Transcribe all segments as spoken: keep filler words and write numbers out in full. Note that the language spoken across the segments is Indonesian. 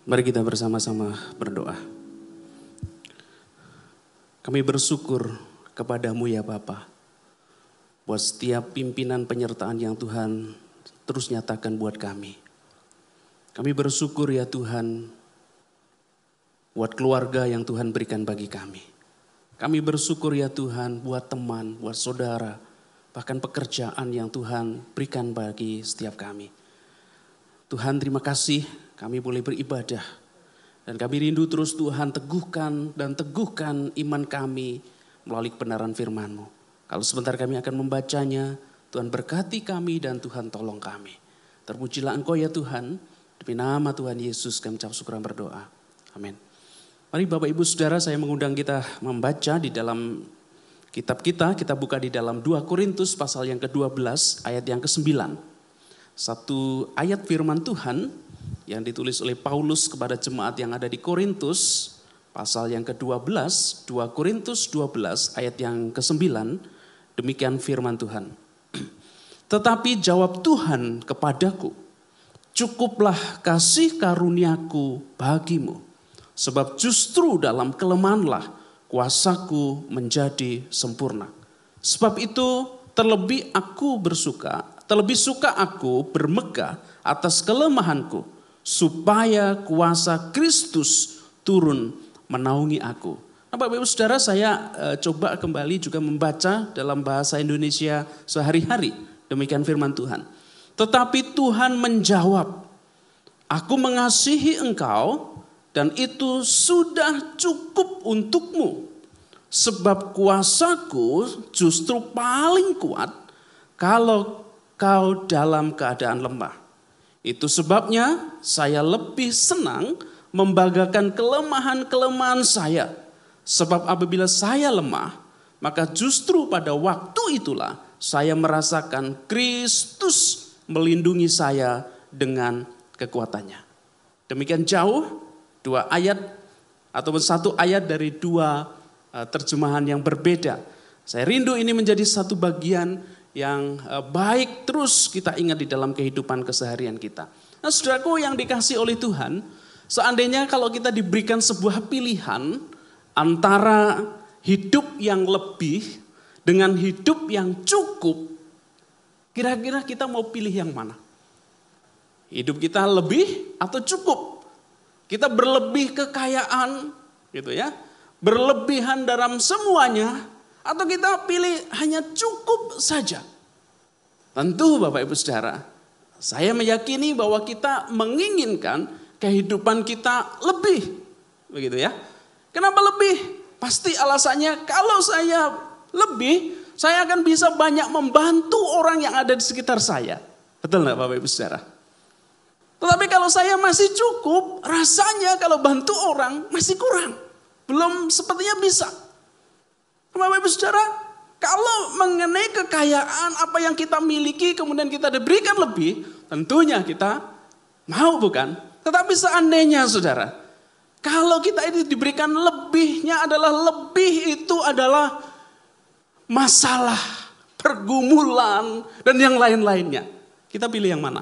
Mari kita bersama-sama berdoa. Kami bersyukur kepadamu ya Bapa, buat setiap pimpinan penyertaan yang Tuhan terus nyatakan buat kami. Kami bersyukur ya Tuhan, buat keluarga yang Tuhan berikan bagi kami. Kami bersyukur ya Tuhan buat teman, buat saudara, bahkan pekerjaan yang Tuhan berikan bagi setiap kami. Tuhan terima kasih kami boleh beribadah. Dan kami rindu terus Tuhan teguhkan dan teguhkan iman kami melalui kebenaran firman-Mu. Kalau sebentar kami akan membacanya, Tuhan berkati kami dan Tuhan tolong kami. Terpujilah Engkau ya Tuhan, demi nama Tuhan Yesus kami ucap syukur dan berdoa. Amin. Mari Bapak Ibu Saudara, saya mengundang kita membaca di dalam kitab kita. Kita buka di dalam dua Korintus pasal yang kedua belas ayat yang kesembilan. Satu ayat firman Tuhan yang ditulis oleh Paulus kepada jemaat yang ada di Korintus, pasal yang kedua belas, dua Korintus dua belas ayat yang kesembilan, demikian firman Tuhan. Tetapi jawab Tuhan kepadaku, cukuplah kasih karuniaku bagimu, sebab justru dalam kelemahanlah kuasaku menjadi sempurna. Sebab itu terlebih aku bersuka, terlebih suka aku bermegah atas kelemahanku, supaya kuasa Kristus turun menaungi aku. Nah, Bapak Ibu Saudara, saya e, coba kembali juga membaca dalam bahasa Indonesia sehari-hari. Demikian firman Tuhan. Tetapi Tuhan menjawab, aku mengasihi engkau dan itu sudah cukup untukmu. Sebab kuasaku justru paling kuat kalau kau dalam keadaan lemah. Itu sebabnya saya lebih senang membanggakan kelemahan-kelemahan saya. Sebab apabila saya lemah, maka justru pada waktu itulah saya merasakan Kristus melindungi saya dengan kekuatannya. Demikian jauh dua ayat ataupun satu ayat dari dua uh, terjemahan yang berbeda. Saya rindu ini menjadi satu bagian yang baik terus kita ingat di dalam kehidupan keseharian kita. Nah, saudaraku yang dikasih oleh Tuhan, seandainya kalau kita diberikan sebuah pilihan antara hidup yang lebih dengan hidup yang cukup, kira-kira kita mau pilih yang mana? Hidup kita lebih atau cukup? Kita berlebih kekayaan, gitu ya, berlebihan dalam semuanya, atau kita pilih hanya cukup saja? Tentu Bapak Ibu Saudara, saya meyakini bahwa kita menginginkan kehidupan kita lebih. Begitu ya. Kenapa lebih? Pasti alasannya kalau saya lebih, saya akan bisa banyak membantu orang yang ada di sekitar saya. Betul enggak Bapak Ibu Saudara? Tetapi kalau saya masih cukup, rasanya kalau bantu orang masih kurang. Belum sepertinya bisa. Bapak Ibu Saudara, kalau mengenai kekayaan apa yang kita miliki kemudian kita diberikan lebih, tentunya kita mau bukan? Tetapi seandainya saudara, kalau kita ini diberikan lebihnya adalah lebih itu adalah masalah, pergumulan dan yang lain-lainnya. Kita pilih yang mana?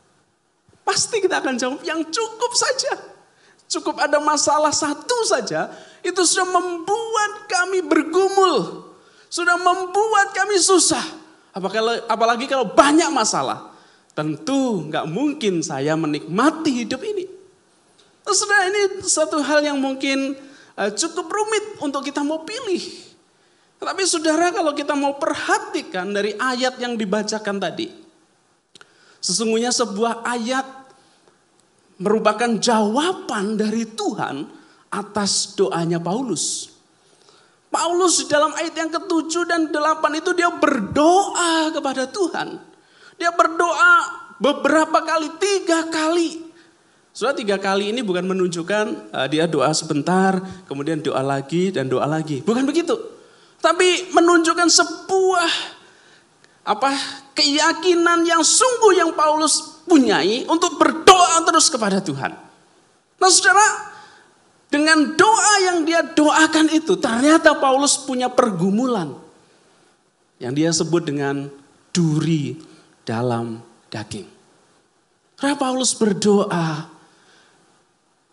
Pasti kita akan jawab yang cukup saja. Cukup ada masalah satu saja, itu sudah membuat kami bergumul. Sudah membuat kami susah. Apalagi kalau banyak masalah. Tentu gak mungkin saya menikmati hidup ini. Saudara, ini satu hal yang mungkin cukup rumit untuk kita mau pilih. Tetapi saudara, kalau kita mau perhatikan dari ayat yang dibacakan tadi. Sesungguhnya sebuah ayat merupakan jawaban dari Tuhan atas doanya Paulus. Paulus di dalam ayat yang ketujuh dan delapan itu dia berdoa kepada Tuhan. Dia berdoa beberapa kali, tiga kali. Sudah tiga kali ini bukan menunjukkan uh, dia doa sebentar, kemudian doa lagi dan doa lagi. Bukan begitu. Tapi menunjukkan sebuah apa keyakinan yang sungguh yang Paulus punyai untuk berdoa terus kepada Tuhan. Nah saudara, dengan doa yang dia doakan itu, ternyata Paulus punya pergumulan. Yang dia sebut dengan duri dalam daging. Karena Paulus berdoa,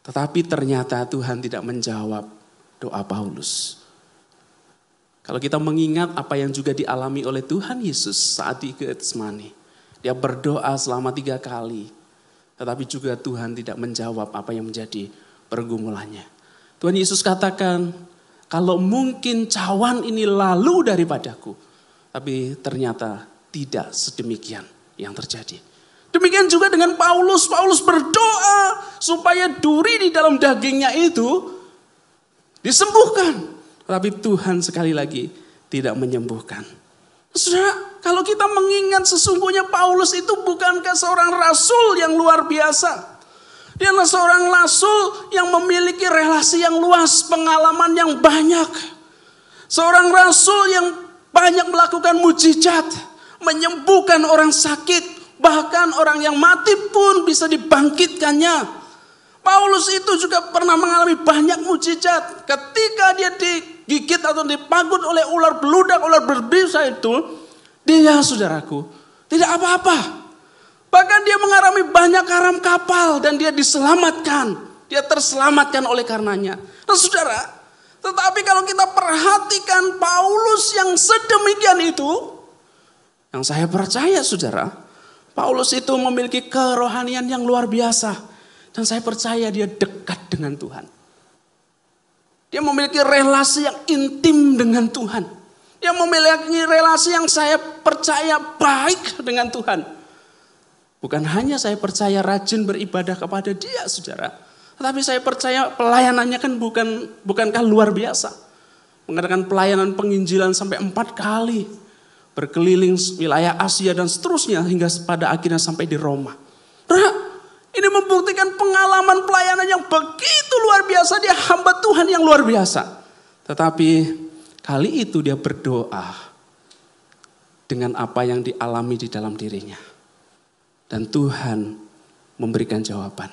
Tetapi ternyata Tuhan tidak menjawab doa Paulus. Kalau kita mengingat apa yang juga dialami oleh Tuhan Yesus saat di Getsemani. Dia berdoa selama tiga kali. Tetapi juga Tuhan tidak menjawab apa yang menjadi pergumulannya. Tuhan Yesus katakan, kalau mungkin cawan ini lalu daripadaku. Tapi ternyata tidak sedemikian yang terjadi. Demikian juga dengan Paulus. Paulus berdoa supaya duri di dalam dagingnya itu disembuhkan. Tapi Tuhan sekali lagi tidak menyembuhkan. Saudara, kalau kita mengingat sesungguhnya Paulus itu bukankah seorang rasul yang luar biasa. Dia adalah seorang rasul yang memiliki relasi yang luas, pengalaman yang banyak. Seorang rasul yang banyak melakukan mujizat, menyembuhkan orang sakit, bahkan orang yang mati pun bisa dibangkitkannya. Paulus itu juga pernah mengalami banyak mujizat. Ketika dia digigit atau dipagut oleh ular beludak, ular berbisa itu, dia, saudaraku, tidak apa-apa. Bahkan dia mengalami banyak karam kapal dan dia diselamatkan. Dia terselamatkan oleh karenanya. Nah saudara, tetapi kalau kita perhatikan Paulus yang sedemikian itu, yang saya percaya saudara, Paulus itu memiliki kerohanian yang luar biasa. Dan saya percaya dia dekat dengan Tuhan. Dia memiliki relasi yang intim dengan Tuhan. Dia memiliki relasi yang saya percaya baik dengan Tuhan. Bukan hanya saya percaya rajin beribadah kepada dia, saudara. Tetapi saya percaya pelayanannya kan bukan bukankah luar biasa. Mengadakan pelayanan penginjilan sampai empat kali. Berkeliling wilayah Asia dan seterusnya hingga pada akhirnya sampai di Roma. Nah, ini membuktikan pengalaman pelayanan yang begitu luar biasa. Dia hamba Tuhan yang luar biasa. Tetapi kali itu dia berdoa dengan apa yang dialami di dalam dirinya. Dan Tuhan memberikan jawaban.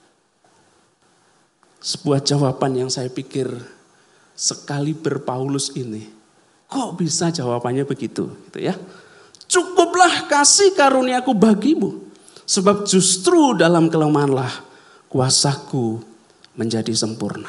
Sebuah jawaban yang saya pikir sekali berPaulus ini. Kok bisa jawabannya begitu? Gitu ya. Cukuplah kasih karuniaku bagimu. Sebab justru dalam kelemahanlah kuasaku menjadi sempurna.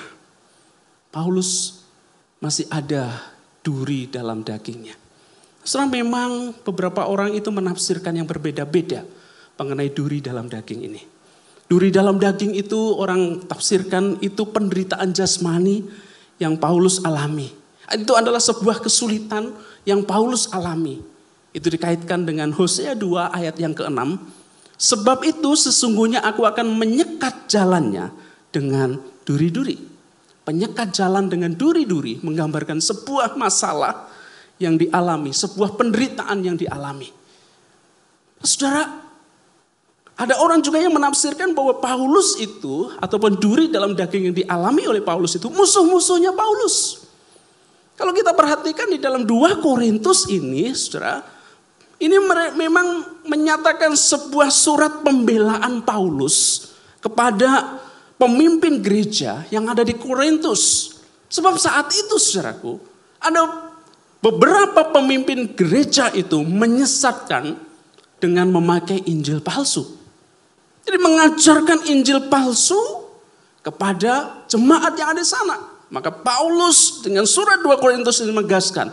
Paulus masih ada duri dalam dagingnya. Sekarang memang beberapa orang itu menafsirkan yang berbeda-beda mengenai duri dalam daging ini. Duri dalam daging itu orang tafsirkan itu penderitaan jasmani yang Paulus alami. Itu adalah sebuah kesulitan yang Paulus alami. Itu dikaitkan dengan Hosea dua ayat yang keenam. Sebab itu sesungguhnya aku akan menyekat jalannya dengan duri-duri. Penyekat jalan dengan duri-duri menggambarkan sebuah masalah yang dialami, sebuah penderitaan yang dialami. Saudara, ada orang juga yang menafsirkan bahwa Paulus itu, ataupun duri dalam daging yang dialami oleh Paulus itu, musuh-musuhnya Paulus. Kalau kita perhatikan di dalam dua Korintus ini, saudara, ini memang menyatakan sebuah surat pembelaan Paulus kepada pemimpin gereja yang ada di Korintus. Sebab saat itu saudaraku, ada beberapa pemimpin gereja itu menyesatkan dengan memakai Injil palsu. Jadi mengajarkan Injil palsu kepada jemaat yang ada di sana. Maka Paulus dengan surat dua Korintus ini menegaskan,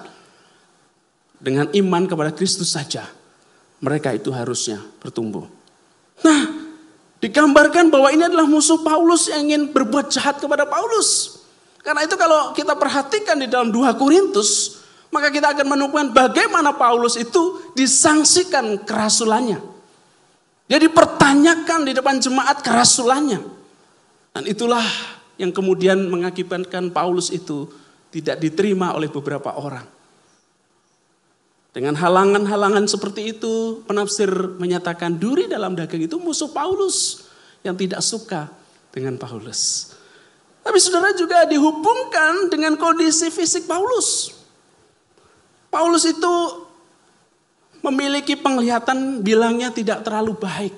dengan iman kepada Kristus saja, mereka itu harusnya bertumbuh. Nah, digambarkan bahwa ini adalah musuh Paulus yang ingin berbuat jahat kepada Paulus. Karena itu kalau kita perhatikan di dalam dua Korintus, maka kita akan menemukan bagaimana Paulus itu disangsikan kerasulannya. Dia dipertanyakan di depan jemaat kerasulannya. Dan itulah yang kemudian mengakibatkan Paulus itu tidak diterima oleh beberapa orang. Dengan halangan-halangan seperti itu, penafsir menyatakan duri dalam daging itu musuh Paulus yang tidak suka dengan Paulus. Tapi saudara juga dihubungkan dengan kondisi fisik Paulus. Paulus itu memiliki penglihatan bilangnya tidak terlalu baik.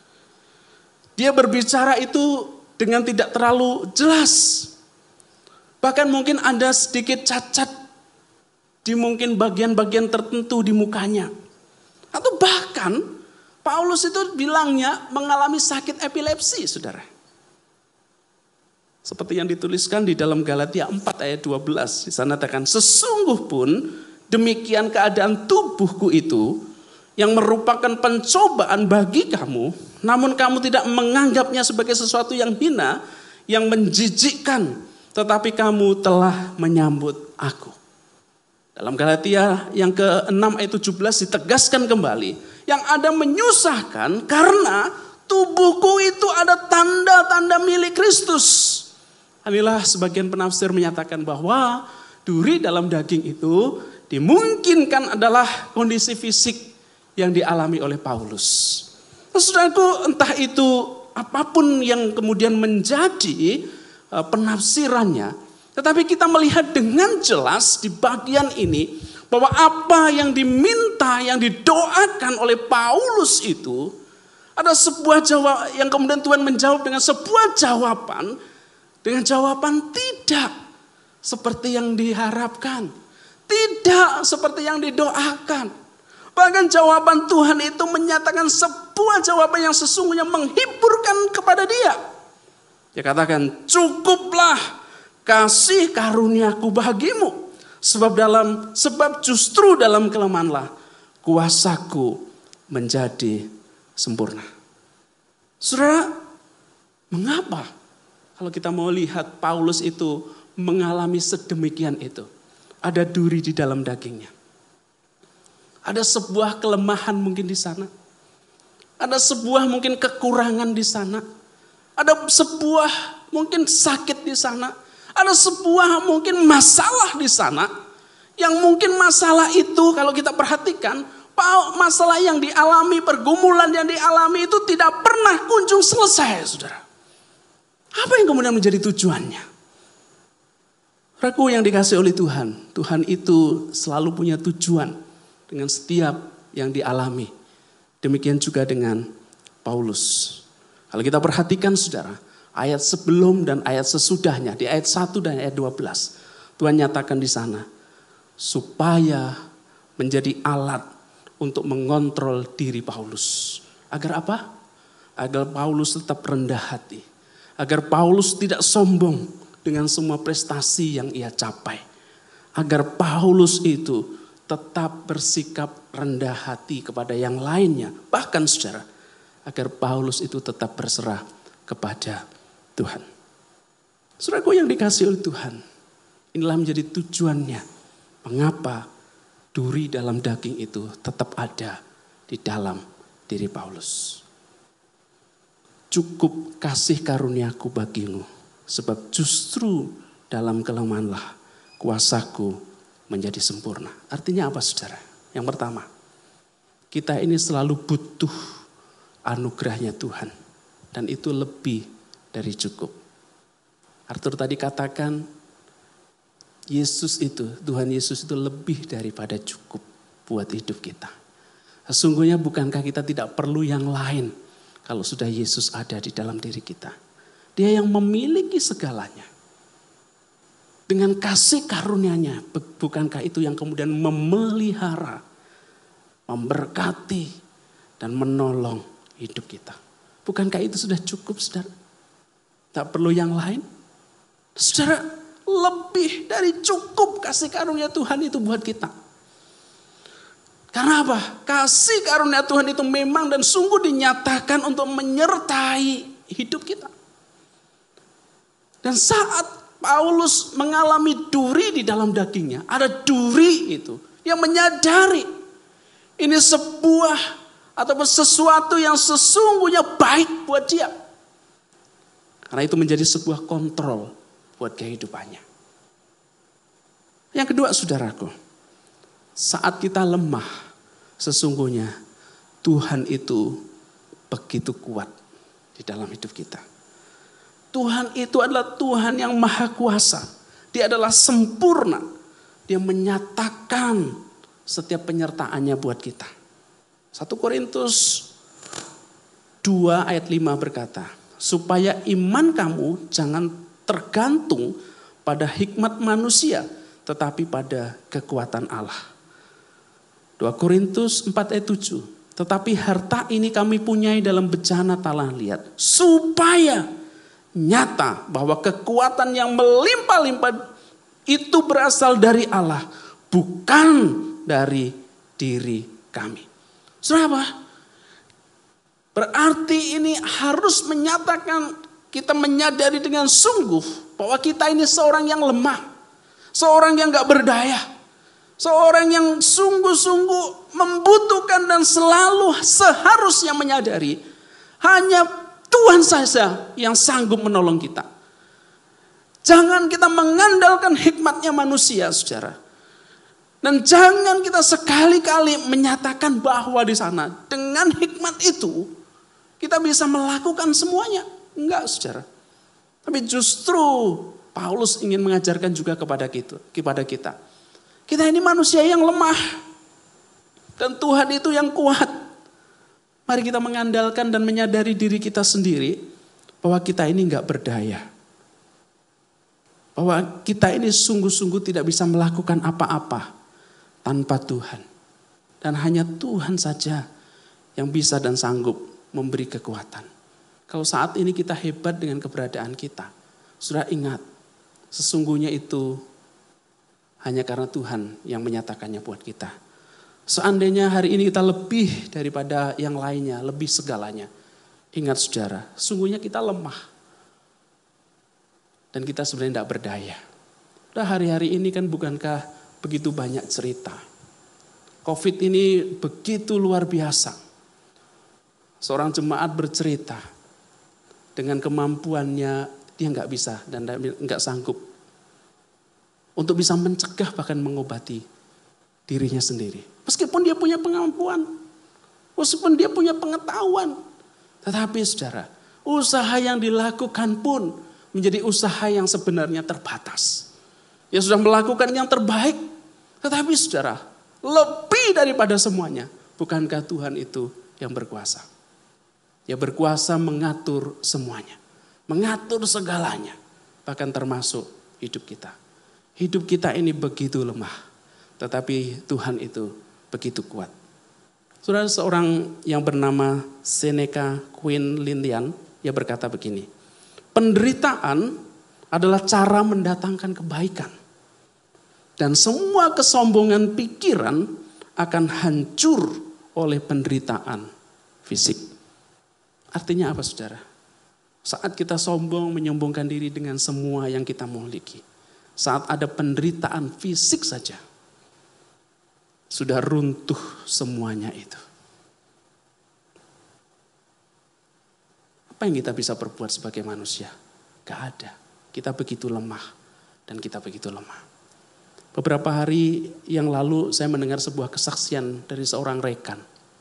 Dia berbicara itu dengan tidak terlalu jelas. Bahkan mungkin ada sedikit cacat di mungkin bagian-bagian tertentu di mukanya. Atau bahkan Paulus itu bilangnya mengalami sakit epilepsi, saudara. Seperti yang dituliskan di dalam Galatia empat ayat dua belas. Di sana katakan, sesungguh pun demikian keadaan tubuhku itu yang merupakan pencobaan bagi kamu, namun kamu tidak menganggapnya sebagai sesuatu yang hina, yang menjijikkan, tetapi kamu telah menyambut aku. Dalam Galatia yang ke enam ayat tujuh belas ditegaskan kembali, yang ada menyusahkan karena tubuhku itu ada tanda-tanda milik Kristus. Inilah sebagian penafsir menyatakan bahwa duri dalam daging itu dimungkinkan adalah kondisi fisik yang dialami oleh Paulus. Saudaraku, entah itu apapun yang kemudian menjadi penafsirannya, tetapi kita melihat dengan jelas di bagian ini bahwa apa yang diminta, yang didoakan oleh Paulus itu ada sebuah jawab yang kemudian Tuhan menjawab dengan sebuah jawaban, dengan jawaban tidak seperti yang diharapkan, tidak seperti yang didoakan. Bahkan jawaban Tuhan itu menyatakan sebuah jawaban yang sesungguhnya menghiburkan kepada dia. Dia katakan, cukuplah kasih karuniaku bagimu, sebab dalam sebab justru dalam kelemahanlah kuasaku menjadi sempurna. Saudara, mengapa kalau kita mau lihat Paulus itu mengalami sedemikian itu? Ada duri di dalam dagingnya. Ada sebuah kelemahan mungkin di sana. Ada sebuah mungkin kekurangan di sana. Ada sebuah mungkin sakit di sana. Ada sebuah mungkin masalah di sana. Yang mungkin masalah itu kalau kita perhatikan, masalah yang dialami, pergumulan yang dialami itu tidak pernah kunjung selesai, saudara. Apa yang kemudian menjadi tujuannya? Raku yang dikasih oleh Tuhan, Tuhan itu selalu punya tujuan dengan setiap yang dialami. Demikian juga dengan Paulus. Kalau kita perhatikan saudara, ayat sebelum dan ayat sesudahnya, di ayat satu dan ayat dua belas, Tuhan nyatakan di sana, supaya menjadi alat untuk mengontrol diri Paulus. Agar apa? Agar Paulus tetap rendah hati. Agar Paulus tidak sombong dengan semua prestasi yang ia capai. Agar Paulus itu tetap bersikap rendah hati kepada yang lainnya. Bahkan saudara, agar Paulus itu tetap berserah kepada Tuhan. Saudaraku yang dikasih oleh Tuhan, inilah menjadi tujuannya. Mengapa duri dalam daging itu tetap ada di dalam diri Paulus. Cukup kasih karuniaku bagimu, sebab justru dalam kelemahanlah kuasaku menjadi sempurna. Artinya apa saudara? Yang pertama, kita ini selalu butuh anugerahnya Tuhan. Dan itu lebih dari cukup. Arthur tadi katakan, Yesus itu, Tuhan Yesus itu lebih daripada cukup buat hidup kita. Sesungguhnya bukankah kita tidak perlu yang lain kalau sudah Yesus ada di dalam diri kita. Dia yang memiliki segalanya. Dengan kasih karunia-Nya, bukankah itu yang kemudian memelihara, memberkati, dan menolong hidup kita. Bukankah itu sudah cukup, saudara? Tak perlu yang lain. Saudara, lebih dari cukup kasih karunia Tuhan itu buat kita. Karena apa? Kasih karunia Tuhan itu memang dan sungguh dinyatakan untuk menyertai hidup kita. Dan saat Paulus mengalami duri di dalam dagingnya, ada duri itu yang menyadari ini sebuah ataupun sesuatu yang sesungguhnya baik buat dia. Karena itu menjadi sebuah kontrol buat kehidupannya. Yang kedua saudaraku, saat kita lemah, sesungguhnya Tuhan itu begitu kuat di dalam hidup kita. Tuhan itu adalah Tuhan yang maha kuasa. Dia adalah sempurna. Dia menyatakan setiap penyertaannya buat kita. satu Korintus dua ayat lima berkata, supaya iman kamu jangan tergantung pada hikmat manusia, tetapi pada kekuatan Allah. dua Korintus empat ayat tujuh. Tetapi harta ini kami punyai dalam bejana tanah liat, supaya nyata bahwa kekuatan yang melimpah-limpah itu berasal dari Allah, bukan dari diri kami. Saudara apa? Berarti ini harus menyatakan, kita menyadari dengan sungguh bahwa kita ini seorang yang lemah, seorang yang gak berdaya, seorang yang sungguh-sungguh membutuhkan dan selalu seharusnya menyadari hanya Tuhan saja yang sanggup menolong kita. Jangan kita mengandalkan hikmatnya manusia, saudara. Dan jangan kita sekali-kali menyatakan bahwa di sana dengan hikmat itu kita bisa melakukan semuanya. Enggak, saudara. Tapi justru Paulus ingin mengajarkan juga kepada kita, kepada kita. Kita ini manusia yang lemah dan Tuhan itu yang kuat. Mari kita mengandalkan dan menyadari diri kita sendiri bahwa kita ini enggak berdaya. Bahwa kita ini sungguh-sungguh tidak bisa melakukan apa-apa tanpa Tuhan. Dan hanya Tuhan saja yang bisa dan sanggup memberi kekuatan. Kalau saat ini kita hebat dengan keberadaan kita, sudah ingat, sesungguhnya itu hanya karena Tuhan yang menyatakannya buat kita. Seandainya hari ini kita lebih daripada yang lainnya, lebih segalanya. Ingat saudara, sungguhnya kita lemah. Dan kita sebenarnya tidak berdaya. Nah, hari-hari ini kan bukankah begitu banyak cerita. Covid ini begitu luar biasa. Seorang jemaat bercerita dengan kemampuannya dia nggak bisa dan nggak sanggup untuk bisa mencegah bahkan mengobati dirinya sendiri. Meskipun dia punya kemampuan, meskipun dia punya pengetahuan, tetapi saudara, usaha yang dilakukan pun menjadi usaha yang sebenarnya terbatas. Dia sudah melakukan yang terbaik. Tetapi saudara, lebih daripada semuanya, bukankah Tuhan itu yang berkuasa? Dia berkuasa mengatur semuanya. Mengatur segalanya. Bahkan termasuk hidup kita. Hidup kita ini begitu lemah. Tetapi Tuhan itu begitu kuat. Saudara, seorang yang bernama Seneca Quintilian, dia berkata begini. Penderitaan adalah cara mendatangkan kebaikan. Dan semua kesombongan pikiran akan hancur oleh penderitaan fisik. Artinya apa, saudara? Saat kita sombong, menyombongkan diri dengan semua yang kita miliki. Saat ada penderitaan fisik saja, sudah runtuh semuanya itu. Apa yang kita bisa perbuat sebagai manusia? Gak ada. Kita begitu lemah dan kita begitu lemah. Beberapa hari yang lalu saya mendengar sebuah kesaksian dari seorang rekan.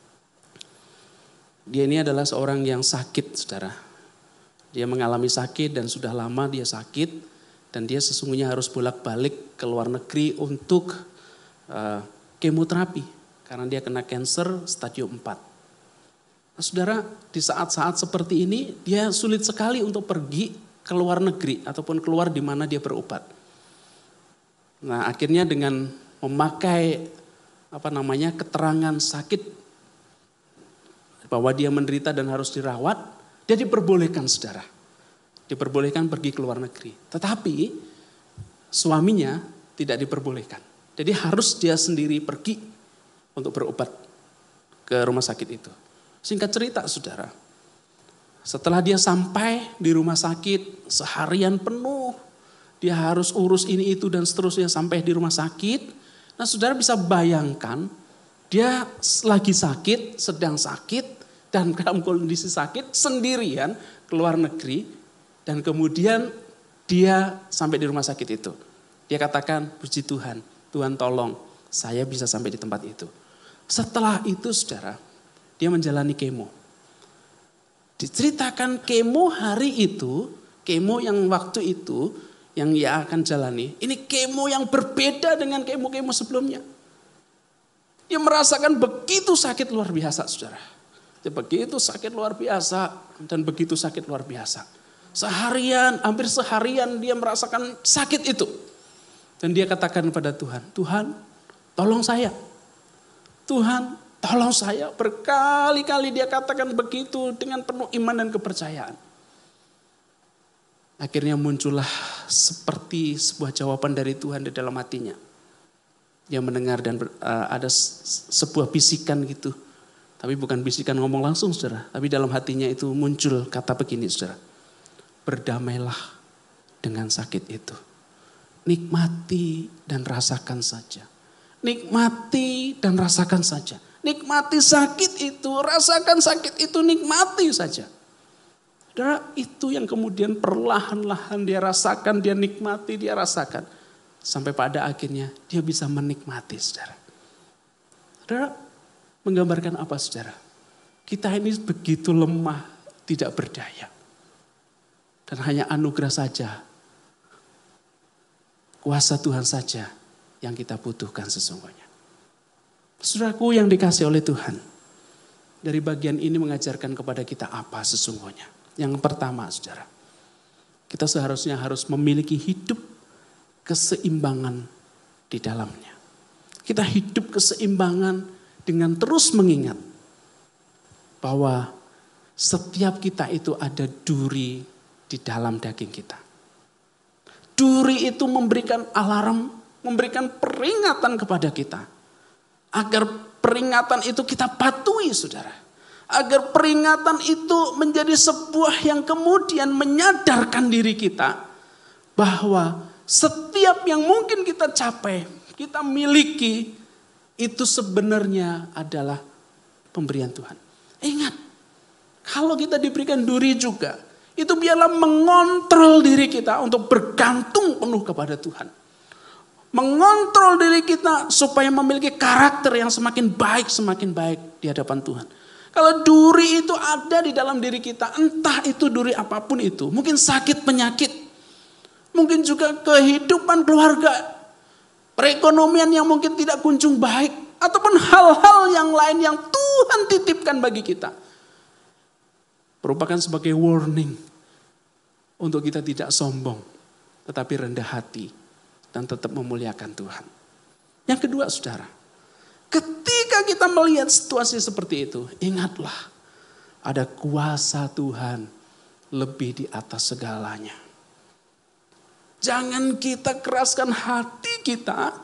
Dia ini adalah seorang yang sakit, saudara. Dia mengalami sakit dan sudah lama dia sakit. Dan dia sesungguhnya harus bolak-balik ke luar negeri untuk uh, kemoterapi. Karena dia kena kanker stadium empat. Nah, saudara, di saat-saat seperti ini dia sulit sekali untuk pergi ke luar negeri ataupun keluar di mana dia berobat. Nah, akhirnya dengan memakai apa namanya keterangan sakit bahwa dia menderita dan harus dirawat, dia diperbolehkan, saudara. Diperbolehkan pergi ke luar negeri. Tetapi suaminya tidak diperbolehkan. Jadi harus dia sendiri pergi untuk berobat ke rumah sakit itu. Singkat cerita, saudara, setelah dia sampai di rumah sakit seharian penuh, dia harus urus ini itu dan seterusnya sampai di rumah sakit. Nah, saudara bisa bayangkan dia lagi sakit, sedang sakit dan dalam kondisi sakit sendirian ke luar negeri. Dan kemudian dia sampai di rumah sakit itu. Dia katakan, puji Tuhan, Tuhan tolong saya bisa sampai di tempat itu. Setelah itu, saudara, dia menjalani kemo. Diceritakan kemo hari itu, kemo yang waktu itu, yang ia akan jalani, ini kemo yang berbeda dengan kemo-kemo sebelumnya. Dia merasakan begitu sakit luar biasa, saudara. Dia begitu sakit luar biasa dan begitu sakit luar biasa. Seharian, hampir seharian dia merasakan sakit itu. Dan dia katakan kepada Tuhan, Tuhan tolong saya. Tuhan tolong saya. Berkali-kali dia katakan begitu dengan penuh iman dan kepercayaan. Akhirnya muncullah seperti sebuah jawaban dari Tuhan di dalam hatinya. Dia mendengar dan ber, uh, ada sebuah bisikan gitu. Tapi bukan bisikan ngomong langsung saudara. Tapi dalam hatinya itu muncul kata begini saudara. Berdamailah dengan sakit itu. Nikmati dan rasakan saja. Nikmati dan rasakan saja. Nikmati sakit itu, rasakan sakit itu, nikmati saja. Saudara, itu yang kemudian perlahan-lahan dia rasakan, dia nikmati, dia rasakan. Sampai pada akhirnya dia bisa menikmati saudara. Saudara, menggambarkan apa saudara? Kita ini begitu lemah, tidak berdaya. Dan hanya anugerah saja, kuasa Tuhan saja yang kita butuhkan sesungguhnya. Saudaraku yang dikasih oleh Tuhan, dari bagian ini mengajarkan kepada kita apa sesungguhnya. Yang pertama saudara, kita seharusnya harus memiliki hidup keseimbangan di dalamnya. Kita hidup keseimbangan dengan terus mengingat bahwa setiap kita itu ada duri di dalam daging kita. Duri itu memberikan alarm, memberikan peringatan kepada kita. Agar peringatan itu kita patuhi saudara. Agar peringatan itu menjadi sebuah yang kemudian menyadarkan diri kita bahwa setiap yang mungkin kita capai, kita miliki, itu sebenarnya adalah pemberian Tuhan. Ingat, kalau kita diberikan duri juga, itu biarlah mengontrol diri kita untuk bergantung penuh kepada Tuhan. Mengontrol diri kita supaya memiliki karakter yang semakin baik, semakin baik di hadapan Tuhan. Kalau duri itu ada di dalam diri kita, entah itu duri apapun itu, mungkin sakit penyakit, mungkin juga kehidupan keluarga, perekonomian yang mungkin tidak kunjung baik, ataupun hal-hal yang lain yang Tuhan titipkan bagi kita. Merupakan sebagai warning untuk kita tidak sombong, tetapi rendah hati dan tetap memuliakan Tuhan. Yang kedua saudara, ketika kita melihat situasi seperti itu, ingatlah ada kuasa Tuhan lebih di atas segalanya. Jangan kita keraskan hati kita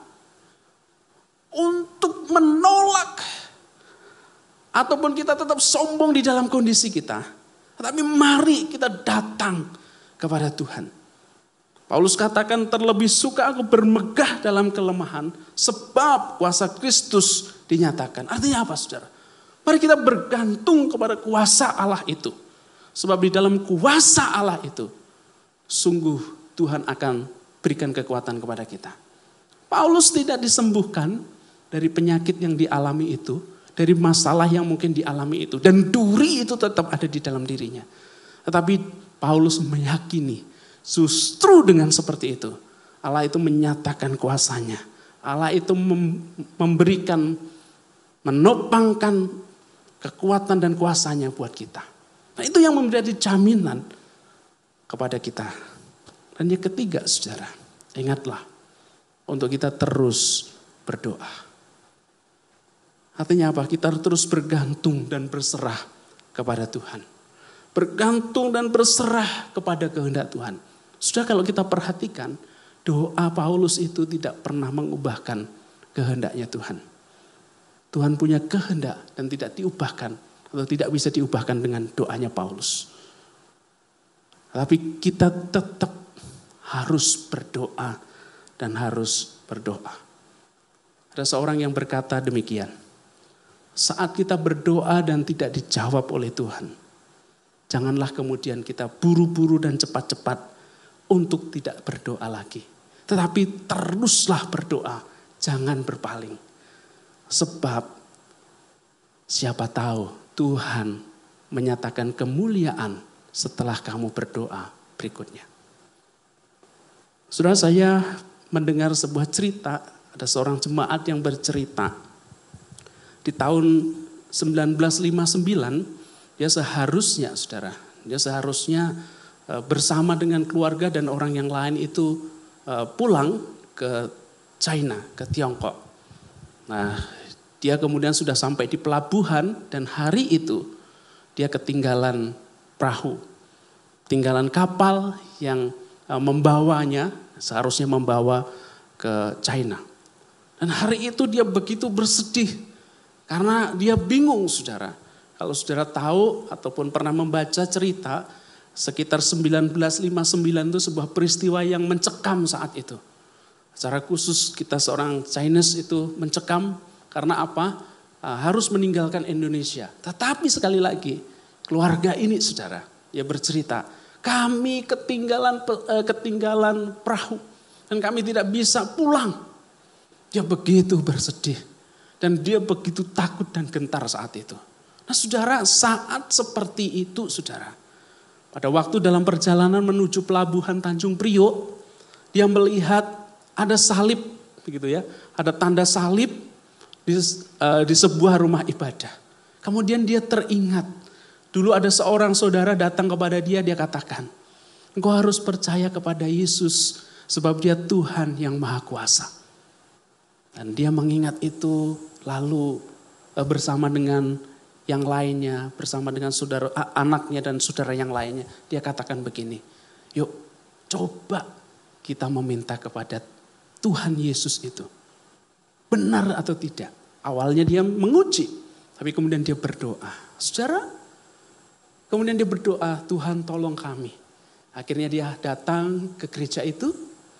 untuk menolak ataupun kita tetap sombong di dalam kondisi kita. Tetapi mari kita datang kepada Tuhan. Paulus katakan terlebih suka aku bermegah dalam kelemahan sebab kuasa Kristus dinyatakan. Artinya apa saudara? Mari kita bergantung kepada kuasa Allah itu. Sebab di dalam kuasa Allah itu sungguh Tuhan akan berikan kekuatan kepada kita. Paulus tidak disembuhkan dari penyakit yang dialami itu, dari masalah yang mungkin dialami itu. Dan duri itu tetap ada di dalam dirinya. Tetapi Paulus meyakini justru dengan seperti itu, Allah itu menyatakan kuasanya. Allah itu memberikan, menopangkan kekuatan dan kuasanya buat kita. Nah itu yang menjadi jaminan kepada kita. Dan yang ketiga saudara, ingatlah untuk kita terus berdoa. Artinya apa? Kita terus bergantung dan berserah kepada Tuhan. Bergantung dan berserah kepada kehendak Tuhan. Sudah kalau kita perhatikan, doa Paulus itu tidak pernah mengubahkan kehendaknya Tuhan. Tuhan punya kehendak dan tidak diubahkan atau tidak bisa diubahkan dengan doanya Paulus. Tapi kita tetap harus berdoa dan harus berdoa. Ada seorang yang berkata demikian. Saat kita berdoa dan tidak dijawab oleh Tuhan, janganlah kemudian kita buru-buru dan cepat-cepat untuk tidak berdoa lagi. Tetapi teruslah berdoa, jangan berpaling. Sebab siapa tahu Tuhan menyatakan kemuliaan setelah kamu berdoa berikutnya. Saudara, saya mendengar sebuah cerita, ada seorang jemaat yang bercerita. Di tahun seribu sembilan ratus lima puluh sembilan, dia seharusnya, saudara, dia seharusnya bersama dengan keluarga dan orang yang lain itu pulang ke China, ke Tiongkok. Nah, dia kemudian sudah sampai di pelabuhan dan hari itu dia ketinggalan perahu. tinggalan kapal yang membawanya, seharusnya membawa ke China. Dan hari itu dia begitu bersedih karena dia bingung, saudara. Kalau saudara tahu ataupun pernah membaca cerita sekitar seribu sembilan ratus lima puluh sembilan itu sebuah peristiwa yang mencekam saat itu. Secara khusus kita seorang Chinese itu mencekam karena apa? Harus meninggalkan Indonesia. Tetapi sekali lagi keluarga ini, saudara, dia bercerita, kami ketinggalan ketinggalan perahu dan kami tidak bisa pulang. Dia begitu bersedih dan dia begitu takut dan gentar saat itu. Nah, saudara, saat seperti itu, saudara, pada waktu dalam perjalanan menuju pelabuhan Tanjung Priok, dia melihat ada salib, begitu ya, ada tanda salib di, uh, di sebuah rumah ibadah. Kemudian dia teringat, dulu ada seorang saudara datang kepada dia, dia katakan, engkau harus percaya kepada Yesus sebab dia Tuhan yang Maha Kuasa. Dan dia mengingat itu lalu uh, bersama dengan yang lainnya, bersama dengan saudara anaknya dan saudara yang lainnya, dia katakan begini, yuk coba kita meminta kepada Tuhan Yesus itu. Benar atau tidak? Awalnya dia menguji, tapi kemudian dia berdoa. Saudara, kemudian dia berdoa, Tuhan tolong kami. Akhirnya dia datang ke gereja itu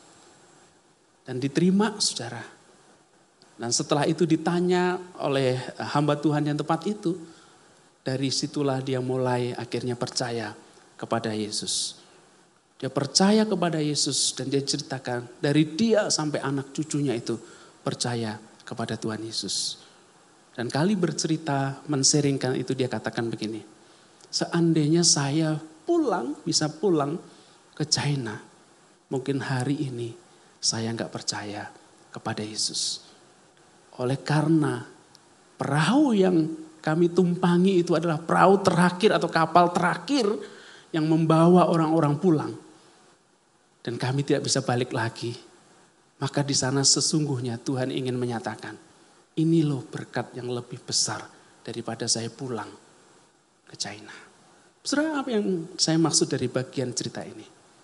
dan diterima, saudara. Dan setelah itu ditanya oleh hamba Tuhan yang tepat itu, dari situlah dia mulai akhirnya percaya kepada Yesus. Dia percaya kepada Yesus dan dia ceritakan dari dia sampai anak cucunya itu percaya kepada Tuhan Yesus. Dan kali bercerita menseringkan itu dia katakan begini, seandainya saya pulang, bisa pulang ke China, mungkin hari ini saya nggak percaya kepada Yesus. Oleh karena perahu yang kami tumpangi itu adalah perahu terakhir atau kapal terakhir yang membawa orang-orang pulang. Dan kami tidak bisa balik lagi. Maka di sana sesungguhnya Tuhan ingin menyatakan, ini loh berkat yang lebih besar daripada saya pulang ke China. Saudara, apa yang saya maksud dari bagian cerita ini?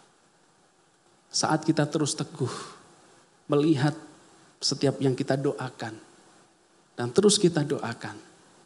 Saat kita terus teguh melihat setiap yang kita doakan dan terus kita doakan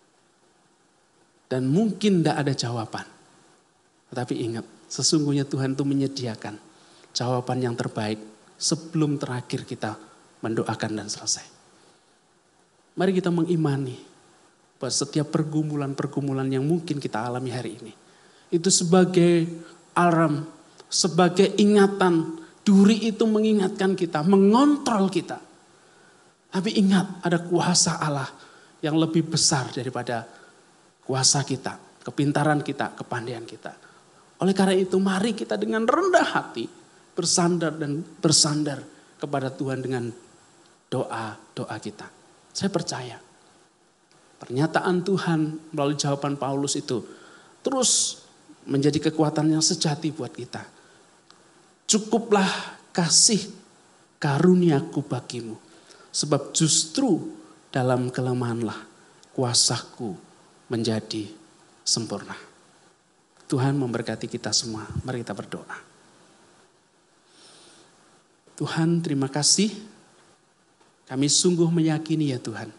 dan mungkin tidak ada jawaban. Tetapi ingat, sesungguhnya Tuhan itu menyediakan jawaban yang terbaik sebelum terakhir kita mendoakan dan selesai. Mari kita mengimani bahwa setiap pergumulan-pergumulan yang mungkin kita alami hari ini, itu sebagai alarm, sebagai ingatan, duri itu mengingatkan kita, mengontrol kita. Tapi ingat, ada kuasa Allah yang lebih besar daripada kuasa kita, kepintaran kita, kepandaian kita. Oleh karena itu mari kita dengan rendah hati bersandar dan bersandar kepada Tuhan dengan doa-doa kita. Saya percaya pernyataan Tuhan melalui jawaban Paulus itu terus menjadi kekuatan yang sejati buat kita. Cukuplah kasih karuniaku bagimu. Sebab justru dalam kelemahanlah kuasaku menjadi sempurna. Tuhan memberkati kita semua. Mari kita berdoa. Tuhan, terima kasih. Kami sungguh meyakini ya Tuhan.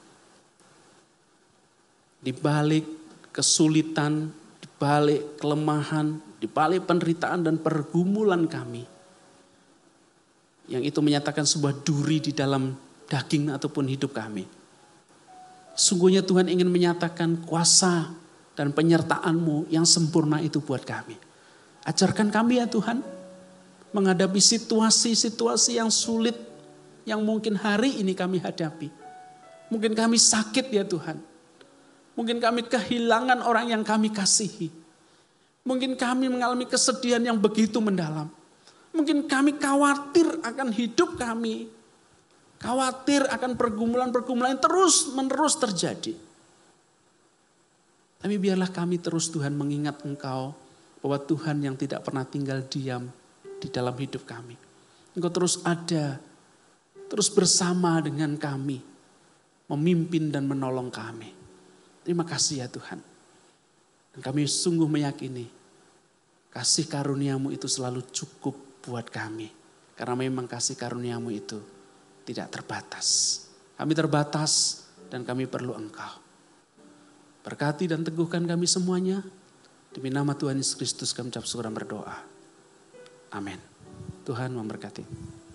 Di balik kesulitan, di balik kelemahan, di balik penderitaan dan pergumulan kami. Yang itu menyatakan sebuah duri di dalam daging ataupun hidup kami. Sungguhnya Tuhan ingin menyatakan kuasa dan penyertaan-Mu yang sempurna itu buat kami. Ajarkan kami ya Tuhan, menghadapi situasi-situasi yang sulit yang mungkin hari ini kami hadapi. Mungkin kami sakit ya Tuhan. Mungkin kami kehilangan orang yang kami kasihi. Mungkin kami mengalami kesedihan yang begitu mendalam. Mungkin kami khawatir akan hidup kami. Khawatir akan pergumulan-pergumulan yang terus menerus terjadi. Tapi biarlah kami terus Tuhan mengingat Engkau bahwa Tuhan yang tidak pernah tinggal diam di dalam hidup kami. Engkau terus ada, terus bersama dengan kami, memimpin dan menolong kami. Terima kasih ya Tuhan. Dan kami sungguh meyakini kasih karuniamu itu selalu cukup buat kami. Karena memang kasih karuniamu itu tidak terbatas. Kami terbatas dan kami perlu Engkau. Berkati dan teguhkan kami semuanya. Demi nama Tuhan Yesus Kristus kami ucap syukur dan berdoa. Amin. Tuhan memberkati.